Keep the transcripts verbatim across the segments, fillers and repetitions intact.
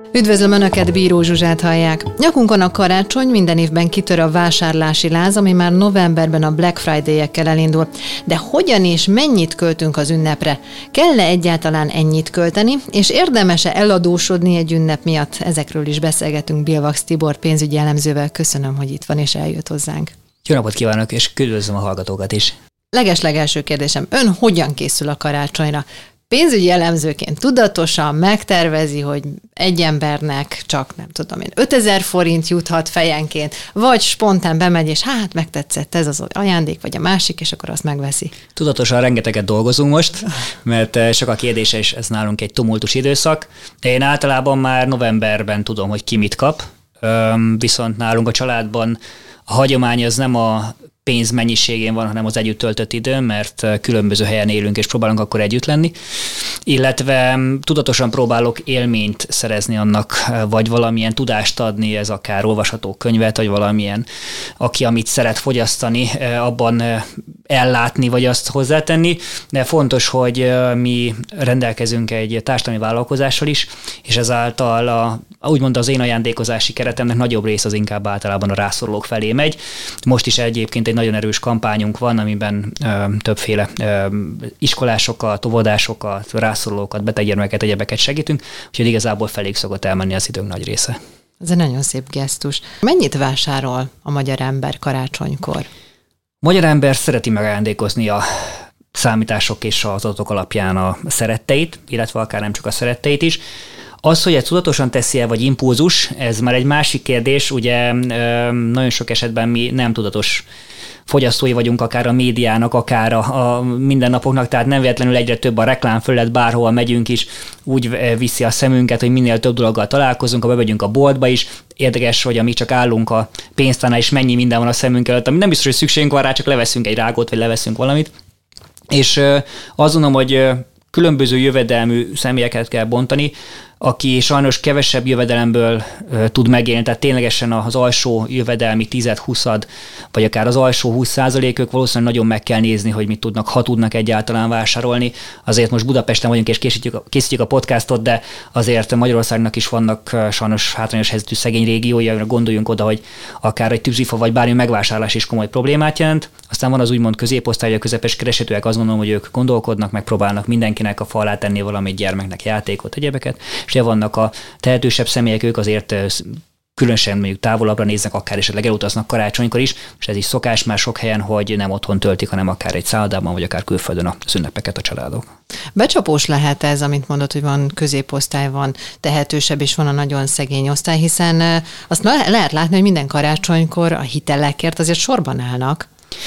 Üdvözlöm Önöket, Bíró Zsuzsát hallják. Nyakunkon a karácsony, minden évben kitör a vásárlási láz, ami már novemberben a Black Friday-ekkel elindul. De hogyan és mennyit költünk az ünnepre? Kell-e egyáltalán ennyit költeni? És érdemes-e eladósodni egy ünnep miatt? Ezekről is beszélgetünk Bilvax Tibor pénzügyi elemzővel. Köszönöm, hogy itt van és eljött hozzánk. Jó napot kívánok, és üdvözlöm a hallgatókat is. Leges-legelső kérdésem, ön hogyan készül a karácsonyra? Pénzügyi elemzőként tudatosan megtervezi, hogy egy embernek csak, nem tudom én, ötezer forint juthat fejenként, vagy spontán bemegy, és hát megtetszett ez az ajándék, vagy a másik, és akkor azt megveszi. Tudatosan rengeteget dolgozunk most, mert sok a kérdése, és ez nálunk egy tumultus időszak. Én általában már novemberben tudom, hogy ki mit kap, viszont nálunk a családban a hagyomány az nem a pénz mennyiségén van, hanem az együtt töltött időn, mert különböző helyen élünk, és próbálunk akkor együtt lenni. Illetve tudatosan próbálok élményt szerezni annak, vagy valamilyen tudást adni, ez akár olvasható könyvet, vagy valamilyen, aki amit szeret fogyasztani, abban ellátni, vagy azt hozzátenni. De fontos, hogy mi rendelkezünk egy társadalmi vállalkozással is, és ezáltal a, úgymond az én ajándékozási keretemnek nagyobb rész az inkább általában a rászorulók felé megy. Most is egyébként egy nagyon erős kampányunk van, amiben ö, többféle ö, iskolásokat, óvodásokat, rászorulókat, beteggyermekeket, egyebeket segítünk, úgyhogy igazából felég szokott elmenni az időnk nagy része. Ez egy nagyon szép gesztus. Mennyit vásárol a magyar ember karácsonykor? A magyar ember szereti megajándékozni a számítások és az adatok alapján a szeretteit, illetve akár nem csak a szeretteit is. Az, hogy ezt tudatosan teszi-e, vagy impulzus, ez már egy másik kérdés, ugye nagyon sok esetben mi nem tudatos fogyasztói vagyunk, akár a médiának, akár a, a mindennapoknak, tehát nem véletlenül egyre több a reklámfelület, bárhol megyünk is, úgy viszi a szemünket, hogy minél több dologgal találkozunk, ha bemegyünk a boltba is. Érdekes, hogy amíg csak állunk a pénztárnál, és mennyi minden van a szemünk előtt, ami nem biztos, hogy szükségünk van rá, csak leveszünk egy rágót, vagy leveszünk valamit. És azt gondolom, hogy különböző jövedelmű személyeket kell bontani, aki sajnos kevesebb jövedelemből ö, tud megélni, tehát ténylegesen az alsó jövedelmi tized-huszad, vagy akár az alsó húsz százalékok valószínűleg nagyon meg kell nézni, hogy mit tudnak, ha tudnak egyáltalán vásárolni. Azért most Budapesten vagyunk és készítjük a, készítjük a podcastot, de azért Magyarországnak is vannak sajnos hátrányos helyzetű szegény régiói, amire gondoljunk oda, hogy akár egy tűzifa vagy bármi megvásárlás is komoly problémát jelent. Aztán van az úgymond középosztály, a közepes keresőek, azt gondolom, hogy ők gondolkodnak, megpróbálnak mindenkinek a fa alá tenni valamit, gyermeknek játékot, egyebeket. És ugye vannak a tehetősebb személyek, ők azért különösen mondjuk távolabbra néznek, akár esetleg elutaznak karácsonykor is, és ez is szokás már sok helyen, hogy nem otthon töltik, hanem akár egy szállodában, vagy akár külföldön az ünnepeket a családok. Becsapós lehet ez, amit mondod, hogy van középosztály, van tehetősebb, és van a nagyon szegény osztály, hiszen azt lehet látni, hogy minden karácsonykor a hitelekért azért sorban állnak.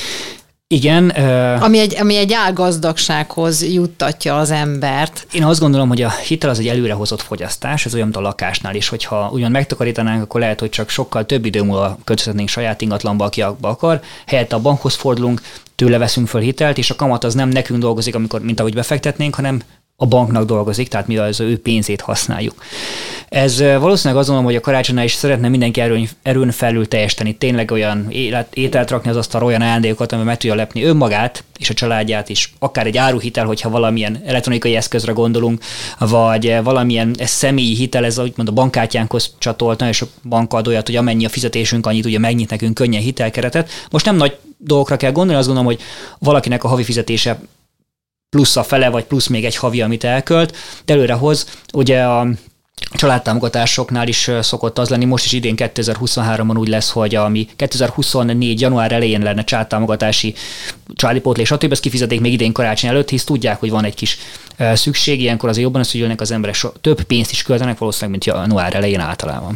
Igen. Uh, ami, egy, ami egy álgazdagsághoz juttatja az embert. Én azt gondolom, hogy a hitel az egy előrehozott fogyasztás, ez olyan, mint a lakásnál is, hogyha ugyan megtakarítanánk, akkor lehet, hogy csak sokkal több idő múlva költözhetnénk saját ingatlanba, aki abba akar, helyette a bankhoz fordulunk, tőle veszünk föl hitelt, és a kamat az nem nekünk dolgozik, amikor, mint ahogy befektetnénk, hanem a banknak dolgozik, tehát mi az ő pénzét használjuk. Ez valószínűleg azt gondolom, hogy a karácsonynál is szeretne mindenki erőn, erőn felül teljesíteni, tényleg olyan élet, ételt rakni az asztalra, olyan ajándékokat, amivel meg tudja lepni önmagát és a családját is, akár egy áruhitel, hogyha valamilyen elektronikai eszközre gondolunk, vagy valamilyen személyi hitel, ez úgymond a bankkártyánkhoz csatolt, nagyon sok bank ad olyat, hogy amennyi a fizetésünk, annyit ugye megnyit nekünk könnyen hitelkeretet. Most nem nagy dolgokra kell gondolni, azt gondolom, hogy valakinek a havi fizetése plusz a fele, vagy plusz még egy havi, amit elkölt, de előre hoz. Ugye a családtámogatásoknál is szokott az lenni, most is idén kétezer-huszonháromban úgy lesz, hogy ami kétezer-huszonnégy január elején lenne családtámogatási családi pótlés, stb. Ezt kifizetik még idén karácsony előtt, hisz tudják, hogy van egy kis szükség, ilyenkor azért jobban összegyűlnek az emberek, több pénzt is költenek valószínűleg, mint január elején általában.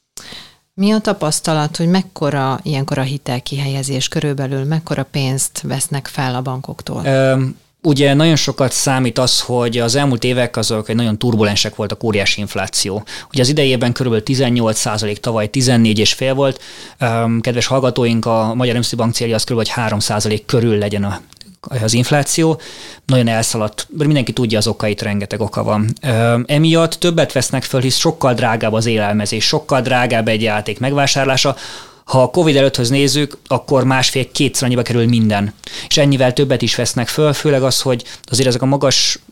Mi a tapasztalat, hogy mekkora ilyenkor a hitelkihelyezés körülbelül, mekkora pénzt vesznek fel a bankoktól? Um, Ugye nagyon sokat számít az, hogy az elmúlt évek azok egy nagyon turbulensek voltak, óriási infláció. Ugye az idejében kb. tizennyolc százalék, tavaly tizennégy egész öt volt. Kedves hallgatóink, a Magyar Nemzeti Bank célja az kb. Hogy három százalék körül legyen a az infláció, nagyon elszaladt, mindenki tudja az okait, rengeteg oka van. Emiatt többet vesznek föl, hisz sokkal drágább az élelmezés, sokkal drágább egy játék megvásárlása. Ha a Covid előtthöz nézzük, akkor másfél-kétszer annyiba kerül minden. És ennyivel többet is vesznek föl, főleg az, hogy azért ezek a magas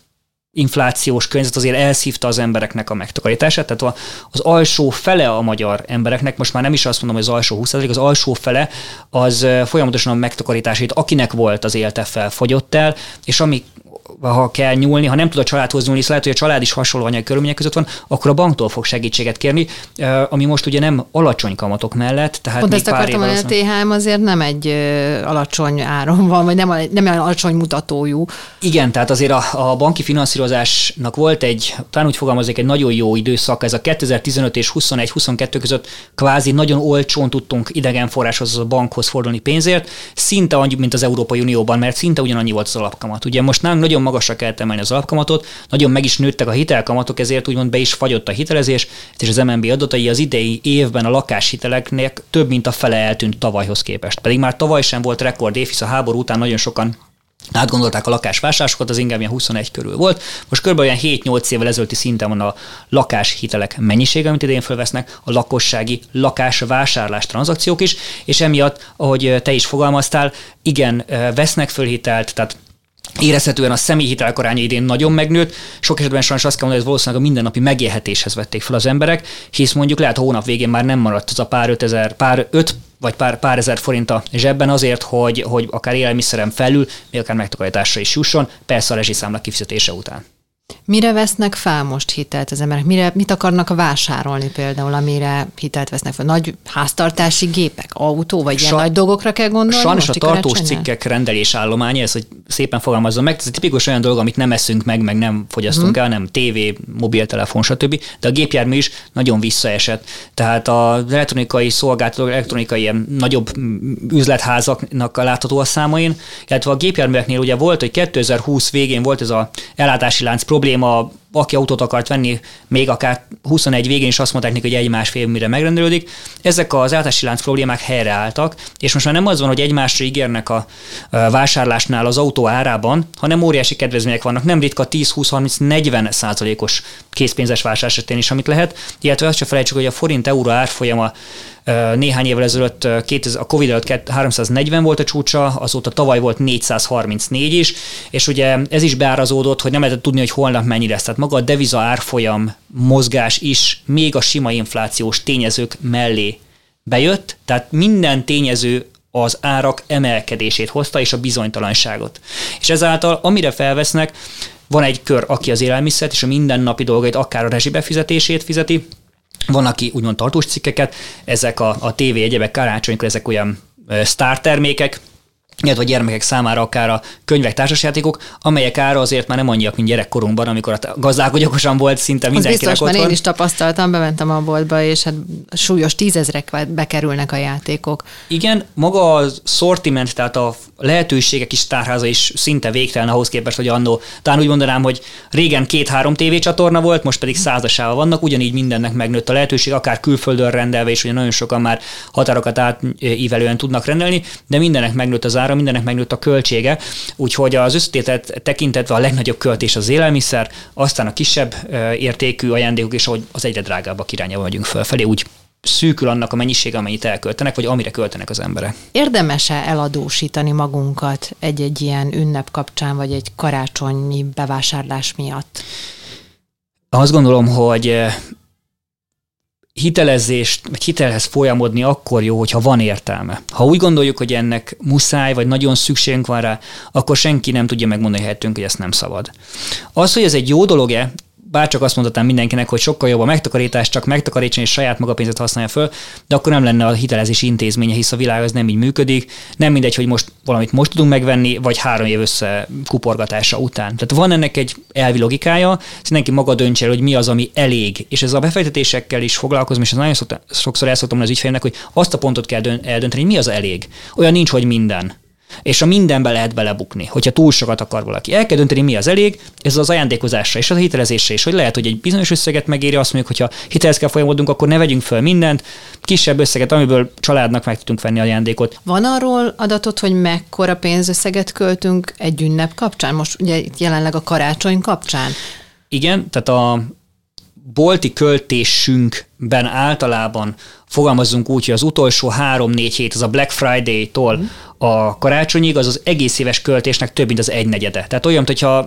inflációs környezet azért elszívta az embereknek a megtakarítását, tehát az alsó fele a magyar embereknek, most már nem is azt mondom, hogy az alsó húsz százalék, az alsó fele az folyamatosan a megtakarításait, akinek volt, az élte fel, fogyott el, és ami ha kell nyúlni, ha nem tud a családhoz nyúlni, és lehet, hogy a család is hasonló anyagi körülmények között van, akkor a banktól fog segítséget kérni, ami most ugye nem alacsony kamatok mellett. Tehát pont ezt akartam, hogy a té há em azért nem egy alacsony áron van, vagy nem, nem egy alacsony mutatójú. Igen, tehát azért a, a banki finanszírozásnak volt egy, talán úgy fogalmazok, egy nagyon jó időszak, ez a kétezer-tizenöt és huszonegy huszonkettő között kvázi nagyon olcsón tudtunk idegenforráshoz, a bankhoz fordulni pénzért, szinte annyi, mint az Európai Unióban, mert szinte ugyanannyi volt az alapkamat. Ugye most nálunk nagyon magasra kellett emelni az alapkamatot, nagyon meg is nőttek a hitelkamatok, ezért úgymond be is fagyott a hitelezés, és az em en bé adatai az idei évben a lakáshiteleknek több mint a fele eltűnt tavalyhoz képest. Pedig már tavaly sem volt rekord év, hisz a háború után nagyon sokan átgondolták a lakásvásárlásokat, az inkább ilyen huszonegy körül volt. Most kb. Olyan hét-nyolc évvel ezelőtti szinten van a lakáshitelek mennyisége, amit idén felvesznek, a lakossági lakásvásárlás tranzakciók is, és emiatt, ahogy te is fogalmaztál, igen, vesznek föl hitelt, tehát érezhetően a személyi hitelek aránya idén nagyon megnőtt, sok esetben sajnos azt kell mondani, hogy ez valószínűleg a mindennapi megélhetéshez vették fel az emberek, hisz mondjuk lehet, hónap végén már nem maradt az a pár ötezer, pár öt vagy pár, pár ezer forint a zsebben azért, hogy, hogy akár élelmiszerem felül, még akár megtakarításra is jusson, persze a rezsiszámla kifizetése után. Mire vesznek fel most hitelt az emberek? Mire, mit akarnak vásárolni például, amire hitelt vesznek fel? Nagy háztartási gépek, autó, vagy ilyen Sa- nagy dolgokra kell gondolni? Sajnos a tartós cikkek rendelésállománya, ez, hogy szépen fogalmazzon meg, ez egy tipikus olyan dolog, amit nem eszünk meg, meg nem fogyasztunk hmm. el, nem tévé, mobiltelefon, stb. De a gépjármű is nagyon visszaesett. Tehát az elektronikai szolgáltatók, elektronikai ilyen nagyobb üzletházaknak látható a számain, illetve a gépjárműveknél ugye volt, hogy kétezer-húsz végén volt ez az ellátási lánc probléma, aki autót akart venni, még akár huszonegy végén is azt mondták neki, hogy egy-másfél mire megrendelődik. Ezek az ellátási lánc problémák helyreálltak, és most már nem az van, hogy egymásra ígérnek a vásárlásnál az autó árában, hanem óriási kedvezmények vannak. Nem ritka tíz-húsz-harminc-negyven százalékos készpénzes vásárlás esetén is, amit lehet. Illetve azt se felejtsük, hogy a forint-euró árfolyama néhány évvel ezelőtt, a Covid előtt háromszáznegyven volt a csúcsa, azóta tavaly volt négyszázharmincnégy is, és ugye ez is beárazódott, hogy nem lehetett tudni, hogy holnap mennyi lesz. Tehát maga a deviza árfolyam mozgás is még a sima inflációs tényezők mellé bejött, tehát minden tényező az árak emelkedését hozta, és a bizonytalanságot. És ezáltal, amire felvesznek, van egy kör, aki az élelmiszert és a mindennapi dolgait, akár a rezsibefizetését fizeti, van, aki úgymond tartós cikkeket, ezek a, a tévé egyebek karácsonykor, ezek olyan sztár termékek, illetve a gyermekek számára akár a könyvek, társasjátékok, amelyek ára azért már nem annyiak, mint gyerekkorunkban, amikor a gazdálkodókosan volt szinte mindenkinek otthon. Biztos, mert én is tapasztaltam, bementem a boltba, és hát súlyos tízezrek bekerülnek a játékok. Igen, maga a szortiment, tehát a lehetőségek is tárháza is szinte végtelen ahhoz képest, hogy annó, talán úgy mondanám, hogy régen két-három tévécsatorna volt, most pedig százasával vannak, ugyanígy mindennek megnőtt a lehetőség, akár külföldön rendelve, és ugye nagyon sokan már határokat átívelően tudnak rendelni, de mindennek megnőtt az ára, mindennek megnőtt a költsége, úgyhogy az összetételt tekintetve a legnagyobb költés az élelmiszer, aztán a kisebb értékű ajándékok, és ahogy az egyre drágábbak irányába megyünk fölfelé, úgy szűkül annak a mennyisége, amennyit elköltenek, vagy amire költenek az emberek. Érdemes-e eladósítani magunkat egy-egy ilyen ünnep kapcsán, vagy egy karácsonyi bevásárlás miatt? Azt gondolom, hogy hitelezést, vagy hitelhez folyamodni akkor jó, hogyha van értelme. Ha úgy gondoljuk, hogy ennek muszáj, vagy nagyon szükségünk van rá, akkor senki nem tudja megmondani helyettünk, hogy ezt nem szabad. Az, hogy ez egy jó dolog-e, bárcsak azt mondhatnám mindenkinek, hogy sokkal jobb a megtakarítás, csak megtakarítson és saját maga pénzet használja föl, de akkor nem lenne a hitelezés intézménye, hisz a világ az nem így működik. Nem mindegy, hogy most valamit most tudunk megvenni, vagy három év össze kuporgatása után. Tehát van ennek egy elvi logikája, mindenki maga döntse el, hogy mi az, ami elég. És ez a befektetésekkel is foglalkozom, és ez nagyon sokszor el szoktam az ügyfélnek, hogy azt a pontot kell eldönteni, hogy mi az elég. Olyan nincs, hogy minden. És a mindenbe lehet belebukni, hogyha túl sokat akar valaki. El kell dönteni, mi az elég, ez az ajándékozásra és a hitelezésre is, hogy lehet, hogy egy bizonyos összeget megéri, azt mondjuk, hogyha hitelhez kell folyamodnunk, akkor ne vegyünk föl mindent, kisebb összeget, amiből családnak meg tudunk venni ajándékot. Van arról adatot, hogy mekkora pénzösszeget költünk egy ünnep kapcsán? Most ugye jelenleg a karácsony kapcsán. Igen, tehát a bolti költésünkben általában fogalmazzunk úgy, hogy az utolsó három-négy hét, az a Black Friday-tól mm. a karácsonyig, az az egész éves költésnek több, mint az egynegyede. Tehát olyan, hogyha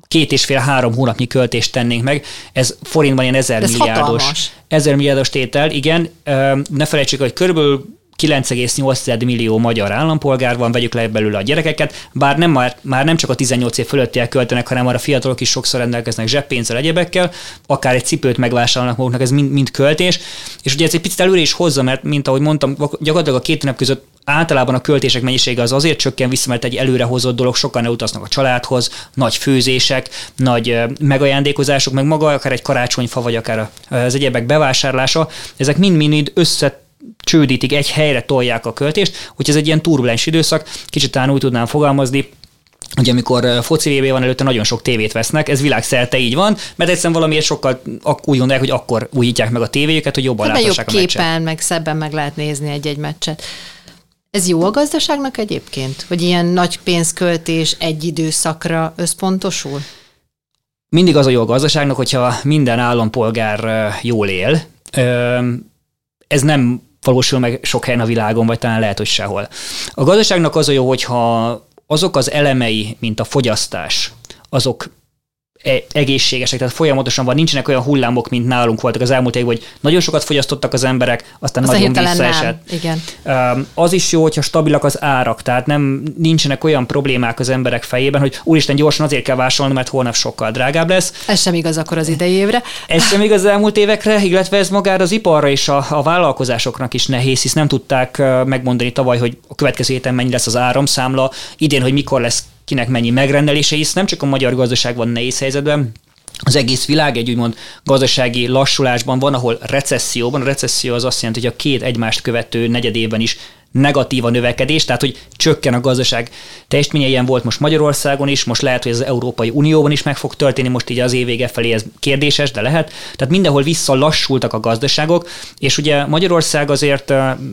két és fél-három hónapnyi költést tennénk meg. Ez forintban ilyen ezer milliárdos. Ezer milliárdos tétel, igen. Ne felejtsük, hogy körülbelül kilenc egész nyolc millió magyar állampolgár van, vegyük le belőle a gyerekeket, bár nem már, már nem csak a tizennyolc év fölöttiek költenek, hanem már a fiatalok is sokszor rendelkeznek zseppénzzel, egyebekkel, akár egy cipőt megvásárolnak maguknak, ez mind, mind költés. És ugye ez egy picit előre is hozza, mert mint ahogy mondtam, gyakorlatilag a két nap között általában a költések mennyisége az azért csökken vissza, mert egy előrehozott dolog, sokan ne utaznak a családhoz, nagy főzések, nagy megajándékozások, meg maga akár egy karácsonyfa, vagy akár az egyebek bevásárlása, ezek mind-mind össze csődítik, egy helyre tolják a költést, úgyhogy ez egy ilyen turbulens időszak, kicsit talán úgy tudnám fogalmazni, hogy amikor foci vé bé van előtte, nagyon sok tévét vesznek, ez világszerte így van, mert egyszerűen valamiért sokkal úgy gondolják, hogy akkor újítják meg a tévéjüket, hogy jobban láthassák a meccset. Képen, meg szebben meg lehet nézni egy-egy meccset. Ez jó a gazdaságnak egyébként? Hogy ilyen nagy pénzköltés egy időszakra összpontosul? Mindig az a jó a gazdaságnak, hogyha minden állampolgár jól él. Ez nem valósul meg sok helyen a világon, vagy talán lehet, hogy sehol. A gazdaságnak az a jó, hogyha azok az elemei, mint a fogyasztás, azok egészségesek, tehát folyamatosan van, nincsenek olyan hullámok, mint nálunk voltak az elmúlt években, hogy nagyon sokat fogyasztottak az emberek, aztán aztán nagyon visszaesett. Igen. Az is jó, hogyha stabilak az árak, tehát nem nincsenek olyan problémák az emberek fejében, hogy úristen, gyorsan azért kell vásárolni, mert holnap sokkal drágább lesz. Ez sem igaz akkor az idei évre. Ez sem igaz az elmúlt évekre, illetve ez magára az iparra és a, a vállalkozásoknak is nehéz, hisz nem tudták megmondani tavaly, hogy a következő héten mennyi lesz az áramszámla, idén, hogy mikor lesz kinek mennyi megrendelése, hisz nem csak a magyar gazdaság van nehéz helyzetben, az egész világ egy úgymond gazdasági lassulásban van, ahol recesszióban, a recesszió az azt jelenti, hogy a két egymást követő negyedévben is negatív a növekedés, tehát hogy csökken a gazdaság teljesítménye, ilyen volt most Magyarországon is, most lehet, hogy az Európai Unióban is meg fog történni, most így az év vége felé ez kérdéses, de lehet. Tehát mindenhol visszalassultak a gazdaságok, és ugye Magyarország azért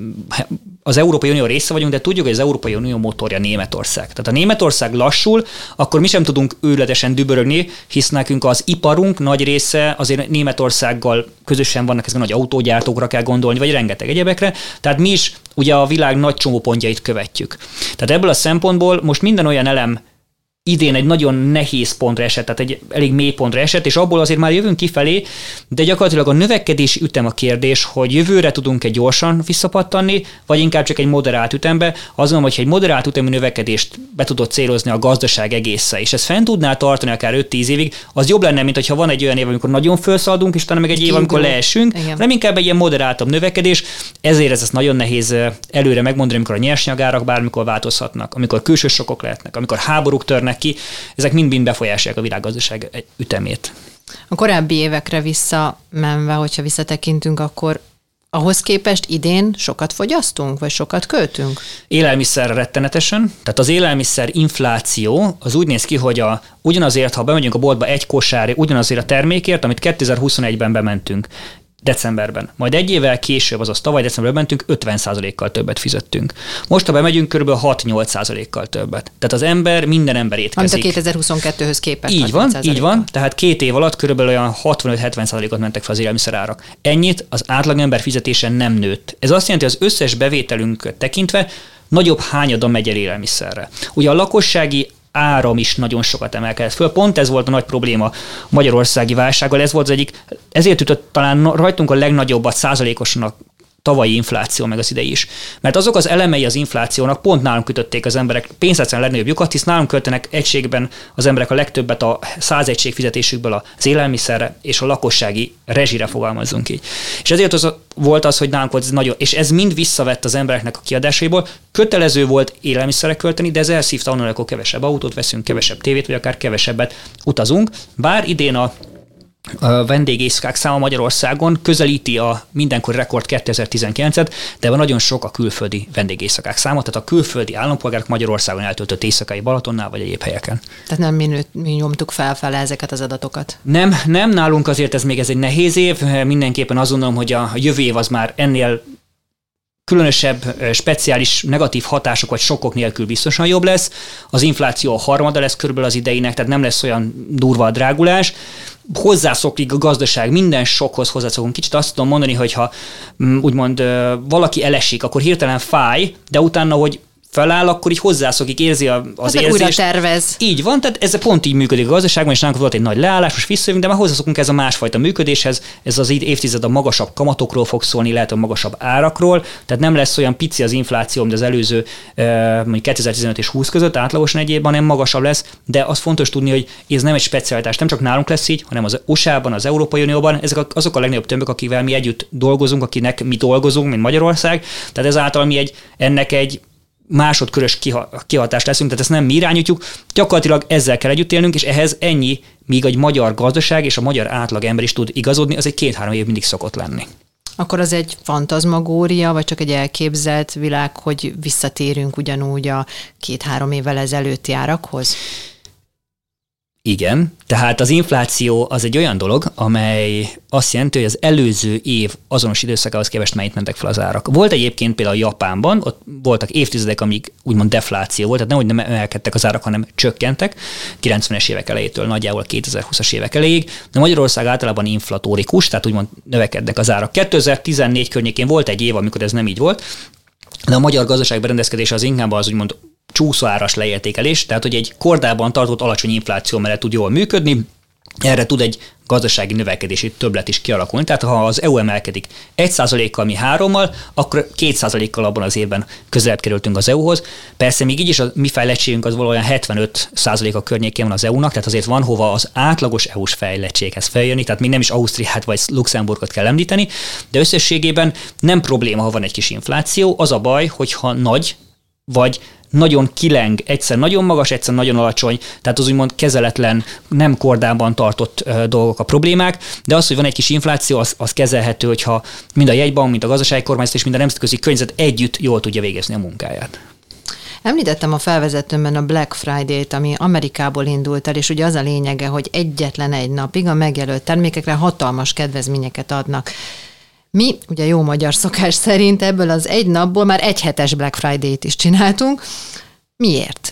az Európai Unió része vagyunk, de tudjuk, hogy az Európai Unió motorja Németország. Tehát ha Németország lassul, akkor mi sem tudunk őrületesen dübörögni, hisz nekünk az iparunk nagy része azért Németországgal közösen vannak, ezek a nagy autógyártókra kell gondolni, vagy rengeteg egyebekre. Tehát mi is ugye a világ nagy csomópontjait követjük. Tehát ebből a szempontból most minden olyan elem idén egy nagyon nehéz pontra esett, tehát egy elég mély pontra esett, és abból azért már jövünk kifelé, de gyakorlatilag a növekedési ütem a kérdés, hogy jövőre tudunk-e gyorsan visszapattanni, vagy inkább csak egy moderált ütembe. Azt mondom, hogy egy moderált ütemű növekedést be tudott célozni a gazdaság egészen, és ez fenn tudná tartani akár öt-tíz évig, az jobb lenne, mint hogyha van egy olyan év, amikor nagyon felszaladunk, és utána meg egy év, amikor leesünk, hanem inkább egy ilyen moderáltabb növekedés. Ezért ez, ez nagyon nehéz előre megmondani, amikor a nyersanyagárak bármikor változhatnak, amikor külső sokok lehetnek, amikor háborúk törnek ki, ezek mind-mind befolyásolják a világgazdaság ütemét. A korábbi évekre visszamenve, hogyha visszatekintünk, akkor ahhoz képest idén sokat fogyasztunk, vagy sokat költünk? Élelmiszerre rettenetesen. Tehát az élelmiszer infláció az úgy néz ki, hogy a, ugyanazért, ha bemegyünk a boltba egy kosár, ugyanazért a termékért, amit kétezer-huszonegyben bementünk, decemberben. Majd egy évvel később, azaz tavaly decemberben mentünk, ötven százalékkal többet fizettünk. Most, ha bemegyünk, kb. hat-nyolc százalékkal többet. Tehát az ember, minden ember étkezik. Amit a kétezer-huszonkettőhöz képest. Így van, így van. Tehát két év alatt körülbelül olyan hatvanöt-hetven százalékot mentek fel az élelmiszerárak. Ennyit az átlagember fizetése nem nőtt. Ez azt jelenti, hogy az összes bevételünket tekintve nagyobb hányada megy el élelmiszerre. Ugye a lakossági áram is nagyon sokat emelkedett föl. Pont ez volt a nagy probléma a magyarországi válsággal. Ez volt az egyik, ezért ütött talán rajtunk a legnagyobbat százalékosan a tavalyi infláció, meg az idei is. Mert azok az elemei az inflációnak pont nálunk ütötték az emberek pénztárcán a legnagyobb lyukat, hisz nálunk költenek egységben az emberek a legtöbbet a száz egység fizetésükből az élelmiszerre és a lakossági rezsire, fogalmazzunk így. És ezért az volt az, hogy nálunk volt ez nagyon, és ez mind visszavett az embereknek a kiadásaiból. Kötelező volt élelmiszerre költeni, de ez elszívta onnan, akkor kevesebb autót veszünk, kevesebb tévét, vagy akár kevesebbet utazunk. Bár idén a A vendégéjszakák száma Magyarországon közelíti a mindenkori rekord kétezer-tizenkilencet, de van nagyon sok a külföldi vendégéjszakák száma, tehát a külföldi állampolgárok Magyarországon eltöltött éjszakai Balatonnál vagy egyéb helyeken. Tehát nem mi, nőtt, mi nyomtuk felfele ezeket az adatokat? Nem, nem, nálunk azért ez még ez egy nehéz év, mindenképpen azt gondolom, hogy a jövő év az már ennél különösebb, speciális negatív hatások vagy sokkok nélkül biztosan jobb lesz. Az infláció a harmada lesz körülbelül az ideinek, tehát nem lesz olyan durva a drágulás. Hozzászokik a gazdaság, minden sokkhoz hozzászokunk. Kicsit azt tudom mondani, hogy ha úgymond valaki elesik, akkor hirtelen fáj, de utána, hogy feláll, akkor így hozzászokik, érzi az hát érzést. Újra tervez. Így van, tehát ez pont így működik a gazdaságban, és nálunk volt egy nagy leállás, most visszajövünk, de már hozzászokunk ez a másfajta működéshez, ez az évtized a magasabb kamatokról fog szólni, lehet a magasabb árakról, tehát nem lesz olyan pici az infláció, mint az előző mondjuk kétezer-tizenöt és húsz között átlagosan egy évben, nem magasabb lesz, de az fontos tudni, hogy ez nem egy specialitás, nem csak nálunk lesz így, hanem az u es á-ban, az Európai Unióban, ezek azok a legnagyobb tömbök, akivel mi együtt dolgozunk, akinek mi dolgozunk, mint Magyarország, tehát ezáltal mi egy, ennek egy másodkörös kihatást leszünk, tehát ezt nem mi irányítjuk, gyakorlatilag ezzel kell együtt élnünk, és ehhez ennyi, míg egy magyar gazdaság és a magyar átlag ember is tud igazodni, az egy két-három év mindig szokott lenni. Akkor az egy fantazmagória, vagy csak egy elképzelt világ, hogy visszatérünk ugyanúgy a két-három évvel ezelőtti árakhoz? Igen, tehát az infláció az egy olyan dolog, amely azt jelenti, hogy az előző év azonos időszakához képest mennyit mentek fel az árak. Volt egyébként például Japánban, ott voltak évtizedek, amíg úgymond defláció volt, tehát nem, hogy nem emelkedtek az árak, hanem csökkentek, kilencvenes évek elejétől nagyjából kétezer-húszas évek elejéig, de Magyarország általában inflatórikus, tehát úgymond növekednek az árak. kétezer-tizennégy környékén volt egy év, amikor ez nem így volt, de a magyar gazdaság berendezkedése az inkább az úgymond csúszóáras leértékelés, tehát hogy egy kordában tartott alacsony infláció mellett tud jól működni, erre tud egy gazdasági növekedési többlet is kialakulni. Tehát ha az é u emelkedik egy százalékkal, mi hárommal, akkor két százalékkal abban az évben közelebb kerültünk az é u-hoz. Persze még így is a mi fejlettségünk az valójában hetvenöt százalék a környékén van az é u-nak, tehát azért van hova az átlagos é u-s fejlettséghez feljönni, tehát még nem is Ausztriát vagy Luxemburgot kell említeni, de összességében nem probléma, ha van egy kis infláció, az a baj, hogyha nagy vagy nagyon kileng, egyszer nagyon magas, egyszer nagyon alacsony, tehát az úgymond kezeletlen, nem kordában tartott uh, dolgok a problémák, de az, hogy van egy kis infláció, az, az kezelhető, hogyha mind a jegybank, mind a gazdasági kormányzat és mind a nemzetközi környezet együtt jól tudja végezni a munkáját. Említettem a felvezetőmben a Black Friday-t, ami Amerikából indult el, és ugye az a lényege, hogy egyetlen egy napig a megjelölt termékekre hatalmas kedvezményeket adnak. Mi, ugye jó magyar szokás szerint ebből az egy napból már egy hetes Black Friday-t is csináltunk. Miért?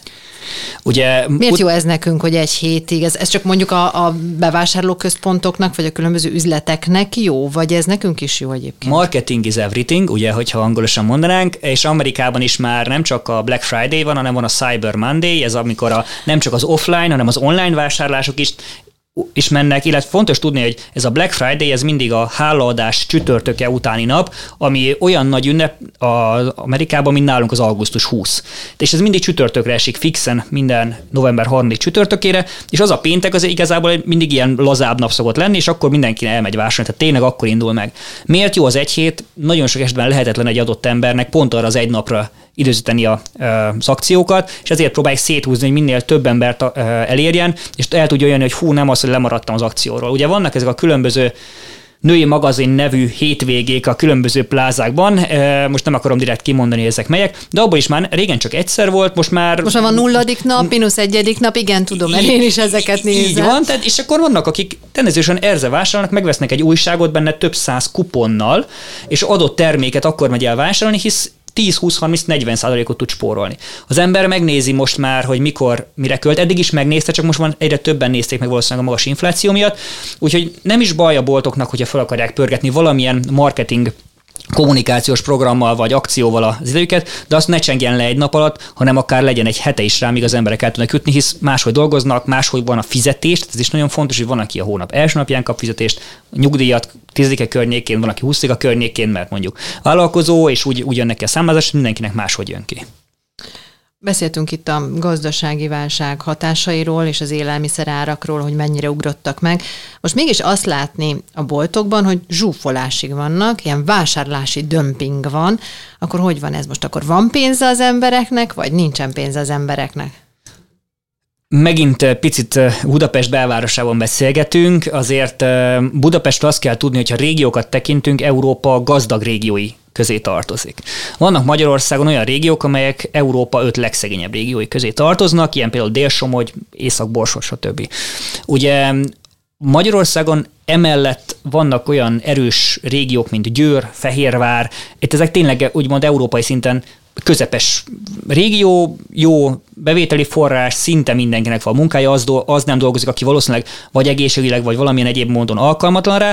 Ugye, Miért jó ez nekünk, hogy egy hétig? Ez, ez csak mondjuk a, a bevásárlóközpontoknak, vagy a különböző üzleteknek jó, vagy ez nekünk is jó egyébként? Marketing is everything, ugye, hogyha angolosan mondanánk, és Amerikában is már nem csak a Black Friday van, hanem van a Cyber Monday, ez amikor a, nem csak az offline, hanem az online vásárlások is is mennek, illetve fontos tudni, hogy ez a Black Friday, ez mindig a hálaadás csütörtöke utáni nap, ami olyan nagy ünnep az Amerikában, mint nálunk az augusztus huszadika. És ez mindig csütörtökre esik fixen, minden november harmadikai csütörtökére, és az a péntek az igazából mindig ilyen lazább nap szokott lenni, és akkor mindenki elmegy vásárolni, tehát tényleg akkor indul meg. Miért jó az egy hét? Nagyon sok esetben lehetetlen egy adott embernek pont arra az egy napra időzíteni a, az akciókat, és ezért próbálják széthúzni, hogy minél több embert elérjen, és el tudja jönni, hogy hú, nem az, hogy lemaradtam az akcióról. Ugye vannak ezek a különböző női magazin nevű hétvégék a különböző plázákban, most nem akarom direkt kimondani, hogy ezek melyek, de abban is már régen csak egyszer volt, most már... Most már van nulladik nap, mínusz egyedik nap, igen, tudom, mert én is ezeket nézem. Így van, tehát, és akkor vannak, akik tendenziósan erre vásárolnak, megvesznek egy újságot benne több száz kuponnal, és adott terméket akkor megy el vásárolni, hisz tíz, húsz, harminc, negyven százalékot tud spórolni. Az ember megnézi most már, hogy mikor, mire költ. Eddig is megnézte, csak most van egyre többen nézték meg valószínűleg a magas infláció miatt. Úgyhogy nem is baj a boltoknak, hogyha fel akarják pörgetni valamilyen marketing kommunikációs programmal vagy akcióval az idejüket, de azt ne csengjen le egy nap alatt, hanem akár legyen egy hete is rá, míg az emberek el tudnak jutni, hisz máshogy dolgoznak, máshogy van a fizetés, ez is nagyon fontos, hogy van, aki a hónap első napján kap fizetést, nyugdíjat tizedike környékén, van, aki huszadika környékén, mert mondjuk vállalkozó, és úgy, úgy jön neki a számlázás, mindenkinek máshogy jön ki. Beszéltünk itt a gazdasági válság hatásairól és az élelmiszerárakról, hogy mennyire ugrottak meg. Most mégis azt látni a boltokban, hogy zsúfolásig vannak, ilyen vásárlási dömping van, akkor hogy van ez most? Akkor van pénze az embereknek, vagy nincsen pénze az embereknek? Megint picit Budapest belvárosában beszélgetünk, azért Budapestről azt kell tudni, hogy ha régiókat tekintünk, Európa gazdag régiói közé tartozik. Vannak Magyarországon olyan régiók, amelyek Európa öt legszegényebb régiói közé tartoznak, ilyen például Dél-Somogy, Észak-Borsod, stb. Ugye Magyarországon emellett vannak olyan erős régiók, mint Győr, Fehérvár, itt ezek tényleg úgymond európai szinten közepes régió, jó bevételi forrás, szinte mindenkinek van munkája, az, do- az nem dolgozik, aki valószínűleg vagy egészségileg, vagy valamilyen egyéb módon alkalmatlan rá,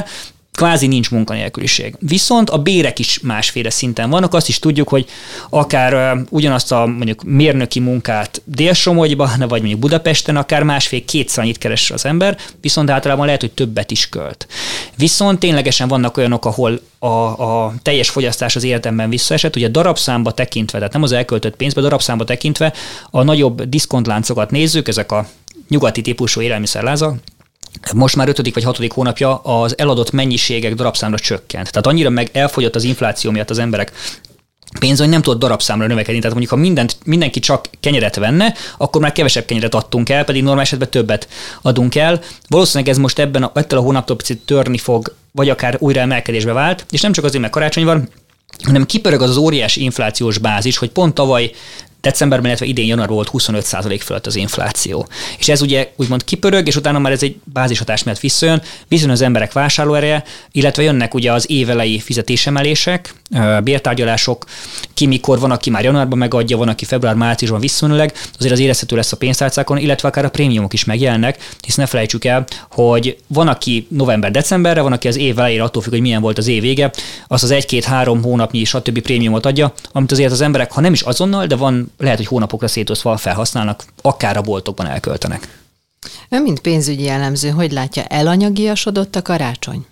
kvázi nincs munkanélküliség. Viszont a bérek is másféle szinten vannak, azt is tudjuk, hogy akár uh, ugyanazt a mondjuk mérnöki munkát Dél-Somogyban, vagy mondjuk Budapesten, akár másfél-kétszer annyit keres az ember, viszont általában lehet, hogy többet is költ. Viszont ténylegesen vannak olyanok, ahol a, a teljes fogyasztás az életemben visszaesett, ugye darabszámba tekintve, tehát nem az elköltött pénzbe, darabszámba tekintve a nagyobb diszkontláncokat nézzük, ezek a nyugati típusú élelmiszerlázak, most már ötödik vagy hatodik hónapja az eladott mennyiségek darabszámra csökkent. Tehát annyira meg elfogyott az infláció miatt az emberek pénz, hogy nem tudott darabszámra növekedni. Tehát mondjuk, ha mindent, mindenki csak kenyeret venne, akkor már kevesebb kenyeret adtunk el, pedig normál esetben többet adunk el. Valószínűleg ez most ebben a, ettől a hónaptól picit törni fog, vagy akár újra emelkedésbe vált, és nem csak azért, mert karácsony van, hanem kipörög az az óriási inflációs bázis, hogy pont tavaly decemberben, illetve idén januárban volt huszonöt százalék fölött az infláció. És ez ugye úgymond kipörög, és utána már ez egy bázishatás miatt visszajön, viszont az emberek vásárlóereje, illetve jönnek ugye az évelei fizetésemelések, bértárgyalások, ki mikor van, aki már januárban megadja, van, aki február-márciusban visszamenőleg, azért az érezhető lesz a pénztárcákon, illetve akár a prémiumok is megjelennek, hisz ne felejtsük el, hogy van, aki november-decemberre, van, aki az év elejére, attól függ, hogy milyen volt az év vége, az az egy-két-három hónapnyi, stb. Prémiumot adja, amit azért az emberek, ha nem is azonnal, de van, lehet, hogy hónapokra szétosztva felhasználnak, akár a boltokban elköltenek. Ön, mint pénzügyi elemző, hogy látja, elanyagiasodott a karácsony?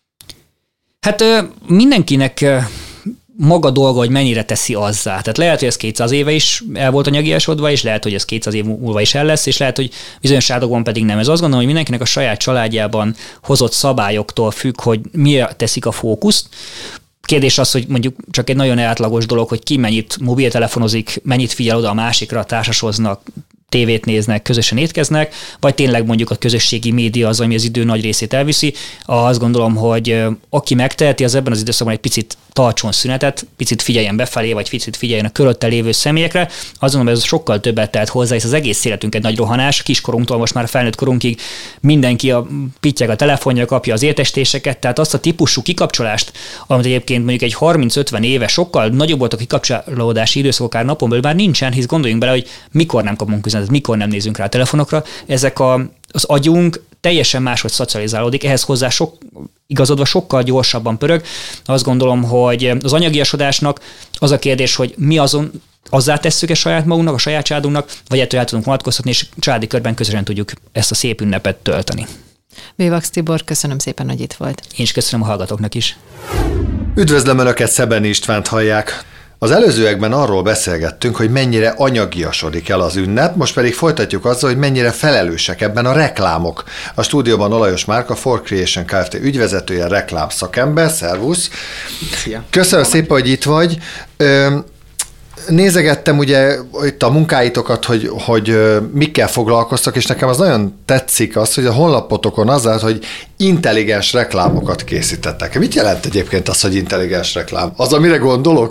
Hát mindenkinek maga dolga, hogy mennyire teszi azzá. Tehát lehet, hogy ez kétszáz éve is el volt anyagiasodva, és lehet, hogy ez kétszáz év múlva is el lesz, és lehet, hogy bizonyos átokban pedig nem. Ez azt gondolom, hogy mindenkinek a saját családjában hozott szabályoktól függ, hogy mire teszik a fókuszt. Kérdés az, hogy mondjuk csak egy nagyon átlagos dolog, hogy ki mennyit mobiltelefonozik, mennyit figyel oda a másikra, társasoznak, tévét néznek, közösen étkeznek, vagy tényleg mondjuk a közösségi média az, ami az idő nagy részét elviszi. Azt gondolom, hogy aki megteheti, az ebben az időszakban egy picit tartson szünetet, picit figyeljen befelé, vagy picit figyeljen a körülötte lévő személyekre. Azt gondolom, hogy ez sokkal többet tehet hozzá, és az egész életünk egy nagy rohanás, kiskorunktól most már felnőtt korunkig mindenki a pittyeg a telefonja, kapja az értesítéseket, tehát azt a típusú kikapcsolást, amit egyébként mondjuk egy harminc-ötven éve sokkal nagyobb volt a kikapcsolódási időszak, akár napon belül már nincsen, hisz gondoljunk bele, hogy mikor nem kapunk üzenetet, mikor nem nézünk rá a telefonokra. Ezek a, az agyunk teljesen máshogy szocializálódik, ehhez hozzá sok, igazodva sokkal gyorsabban pörög. Azt gondolom, hogy az anyagiasodásnak az a kérdés, hogy mi azon azzá tesszük-e saját magunknak, a saját családunknak, vagy ettől el tudunk vonatkoztatni, és családi körben közösen tudjuk ezt a szép ünnepet tölteni. Bévax Tibor, köszönöm szépen, hogy itt volt. Én is köszönöm a hallgatóknak is. Üdvözlöm Önöket, Szebeni Istvánt hallják. Az előzőekben arról beszélgettünk, hogy mennyire anyagiasodik el az ünnep, most pedig folytatjuk azzal, hogy mennyire felelősek ebben a reklámok. A stúdióban Olajos Márka, For Creation Kft. Ügyvezetője, reklám szakember, szervusz. Szia. Köszönöm szépen, hogy itt vagy. Nézegettem ugye itt a munkáitokat, hogy, hogy mikkel foglalkoztak, és nekem az nagyon tetszik az, hogy a honlapotokon az állt, hogy intelligens reklámokat készítettek. Mit jelent egyébként az, hogy intelligens reklám? Az, amire gondolok?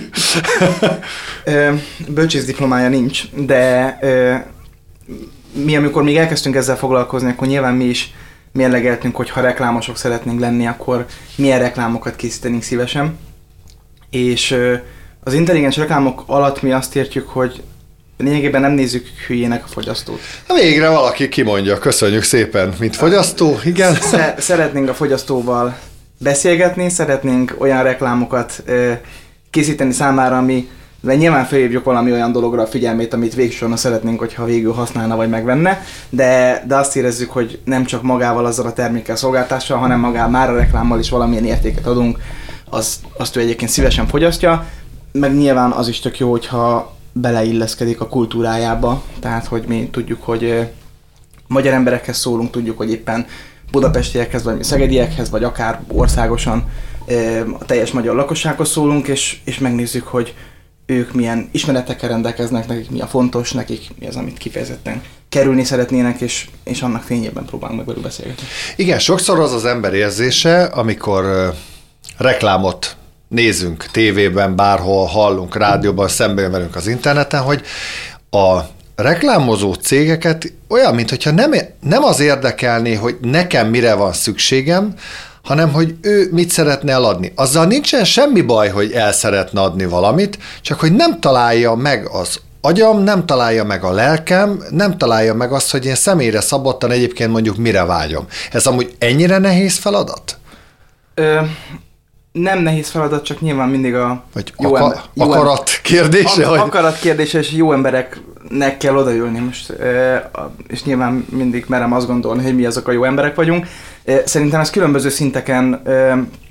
Bölcsész diplomája nincs, de mi, amikor még elkezdtünk ezzel foglalkozni, akkor nyilván mi is mérlegeltünk, hogy ha reklámosok szeretnénk lenni, akkor milyen reklámokat készítenénk szívesen. És az intelligens reklámok alatt mi azt értjük, hogy lényegében nem nézzük hülyének a fogyasztót. Na végre valaki kimondja, köszönjük szépen, mint fogyasztó, igen. Szeretnénk a fogyasztóval beszélgetni, szeretnénk olyan reklámokat készíteni számára, ami nyilván felhívjuk valami olyan dologra a figyelmét, amit végsősorban szeretnénk, hogyha végül használna vagy megvenne, de, de azt érezzük, hogy nem csak magával azzal a termékkel, szolgáltással, hanem magával már a reklámmal is valamilyen értéket adunk, az, azt ő egyébként szívesen fogyasztja, meg nyilván az is tök jó, hogyha beleilleszkedik a kultúrájába, tehát hogy mi tudjuk, hogy magyar emberekhez szólunk, tudjuk, hogy éppen budapestiekhez, vagy szegediekhez, vagy akár országosan a teljes magyar lakossághoz szólunk, és, és megnézzük, hogy ők milyen ismeretekkel rendelkeznek, nekik mi a fontos, nekik mi az, amit kifejezetten kerülni szeretnének, és, és annak fényében próbálunk meg velük beszélgetni. Igen, sokszor az az ember érzése, amikor uh, reklámot nézünk tévében, bárhol hallunk, rádióban, szemben velünk az interneten, hogy a reklámozó cégeket olyan, mintha nem, nem az érdekelné, hogy nekem mire van szükségem, hanem hogy ő mit szeretne eladni. Azzal nincsen semmi baj, hogy el szeretne adni valamit, csak hogy nem találja meg az agyam, nem találja meg a lelkem, nem találja meg azt, hogy én személyre szabottan egyébként mondjuk mire vágyom. Ez amúgy ennyire nehéz feladat? Ö, nem nehéz feladat, csak nyilván mindig a Vagy jó, aka- ember, jó akarat em- kérdése? a- hogy... Akarat kérdése, és jó embereknek kell odaülni most, ö, és nyilván mindig merem azt gondolni, hogy mi azok a jó emberek vagyunk. Ö, szerintem ez különböző szinteken ö,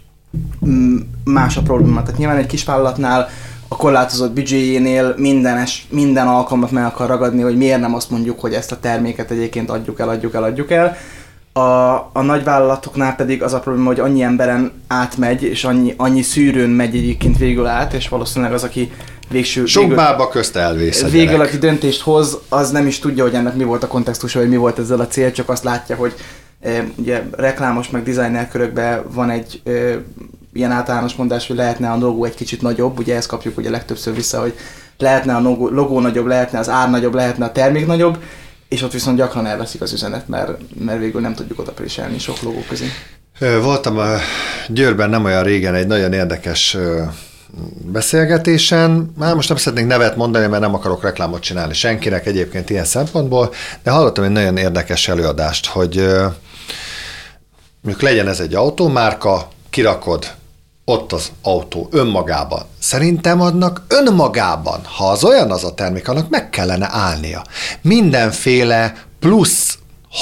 más a probléma. Tehát nyilván egy kisvállalatnál a korlátozott büdzséjénél mindenes, minden alkalmat meg akar ragadni, hogy miért nem azt mondjuk, hogy ezt a terméket egyébként adjuk el, adjuk el, adjuk el. A, a nagyvállalatoknál pedig az a probléma, hogy annyi emberen átmegy, és annyi, annyi szűrőn megy egyébként végül át, és valószínűleg az, aki végső... Sok végül, bába közt elvész a végül, gyerek. aki döntést hoz, az nem is tudja, hogy ennek mi volt a kontextusa, vagy mi volt ezzel a cél, csak azt látja, hogy e, ugye reklámos meg designer körökben van egy e, ilyen általános mondás, hogy lehetne a logó egy kicsit nagyobb, ugye ezt kapjuk ugye legtöbbször vissza, hogy lehetne a logó, logó nagyobb, lehetne az ár nagyobb, lehetne a termék nagyobb, és ott viszont gyakran elveszik az üzenet, mert, mert végül nem tudjuk oda préselni sok logó közé. Voltam a Győrben nem olyan régen egy nagyon érdekes beszélgetésen, már most nem szeretnék nevet mondani, mert nem akarok reklámot csinálni senkinek egyébként ilyen szempontból, de hallottam egy nagyon érdekes előadást, hogy mondjuk legyen ez egy autómárka, kirakod ott az autó önmagában. Szerintem adnak önmagában, ha az olyan az a termék, annak meg kellene állnia. Mindenféle plusz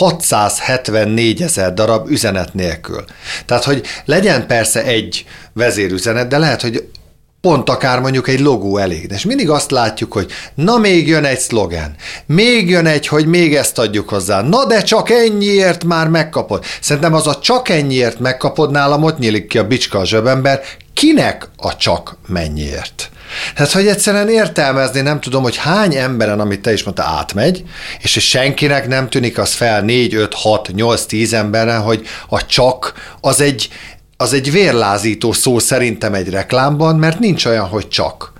hatszázhetvennégy ezer darab üzenet nélkül. Tehát, hogy legyen persze egy vezérüzenet, de lehet, hogy pont akár mondjuk egy logó elég. De és mindig azt látjuk, hogy na még jön egy szlogen, még jön egy, hogy még ezt adjuk hozzá, na de csak ennyiért már megkapod. Szerintem az a csak ennyiért megkapod, nálam ott nyílik ki a bicska a zsebember, kinek a csak mennyiért? Tehát, hogy egyszerűen értelmezni nem tudom, hogy hány emberen, amit te is mondta, átmegy, és senkinek nem tűnik az fel négy, öt, hat, nyolc, tíz emberen, hogy a csak az egy az egy vérlázító szó szerintem egy reklámban, mert nincs olyan, hogy csak.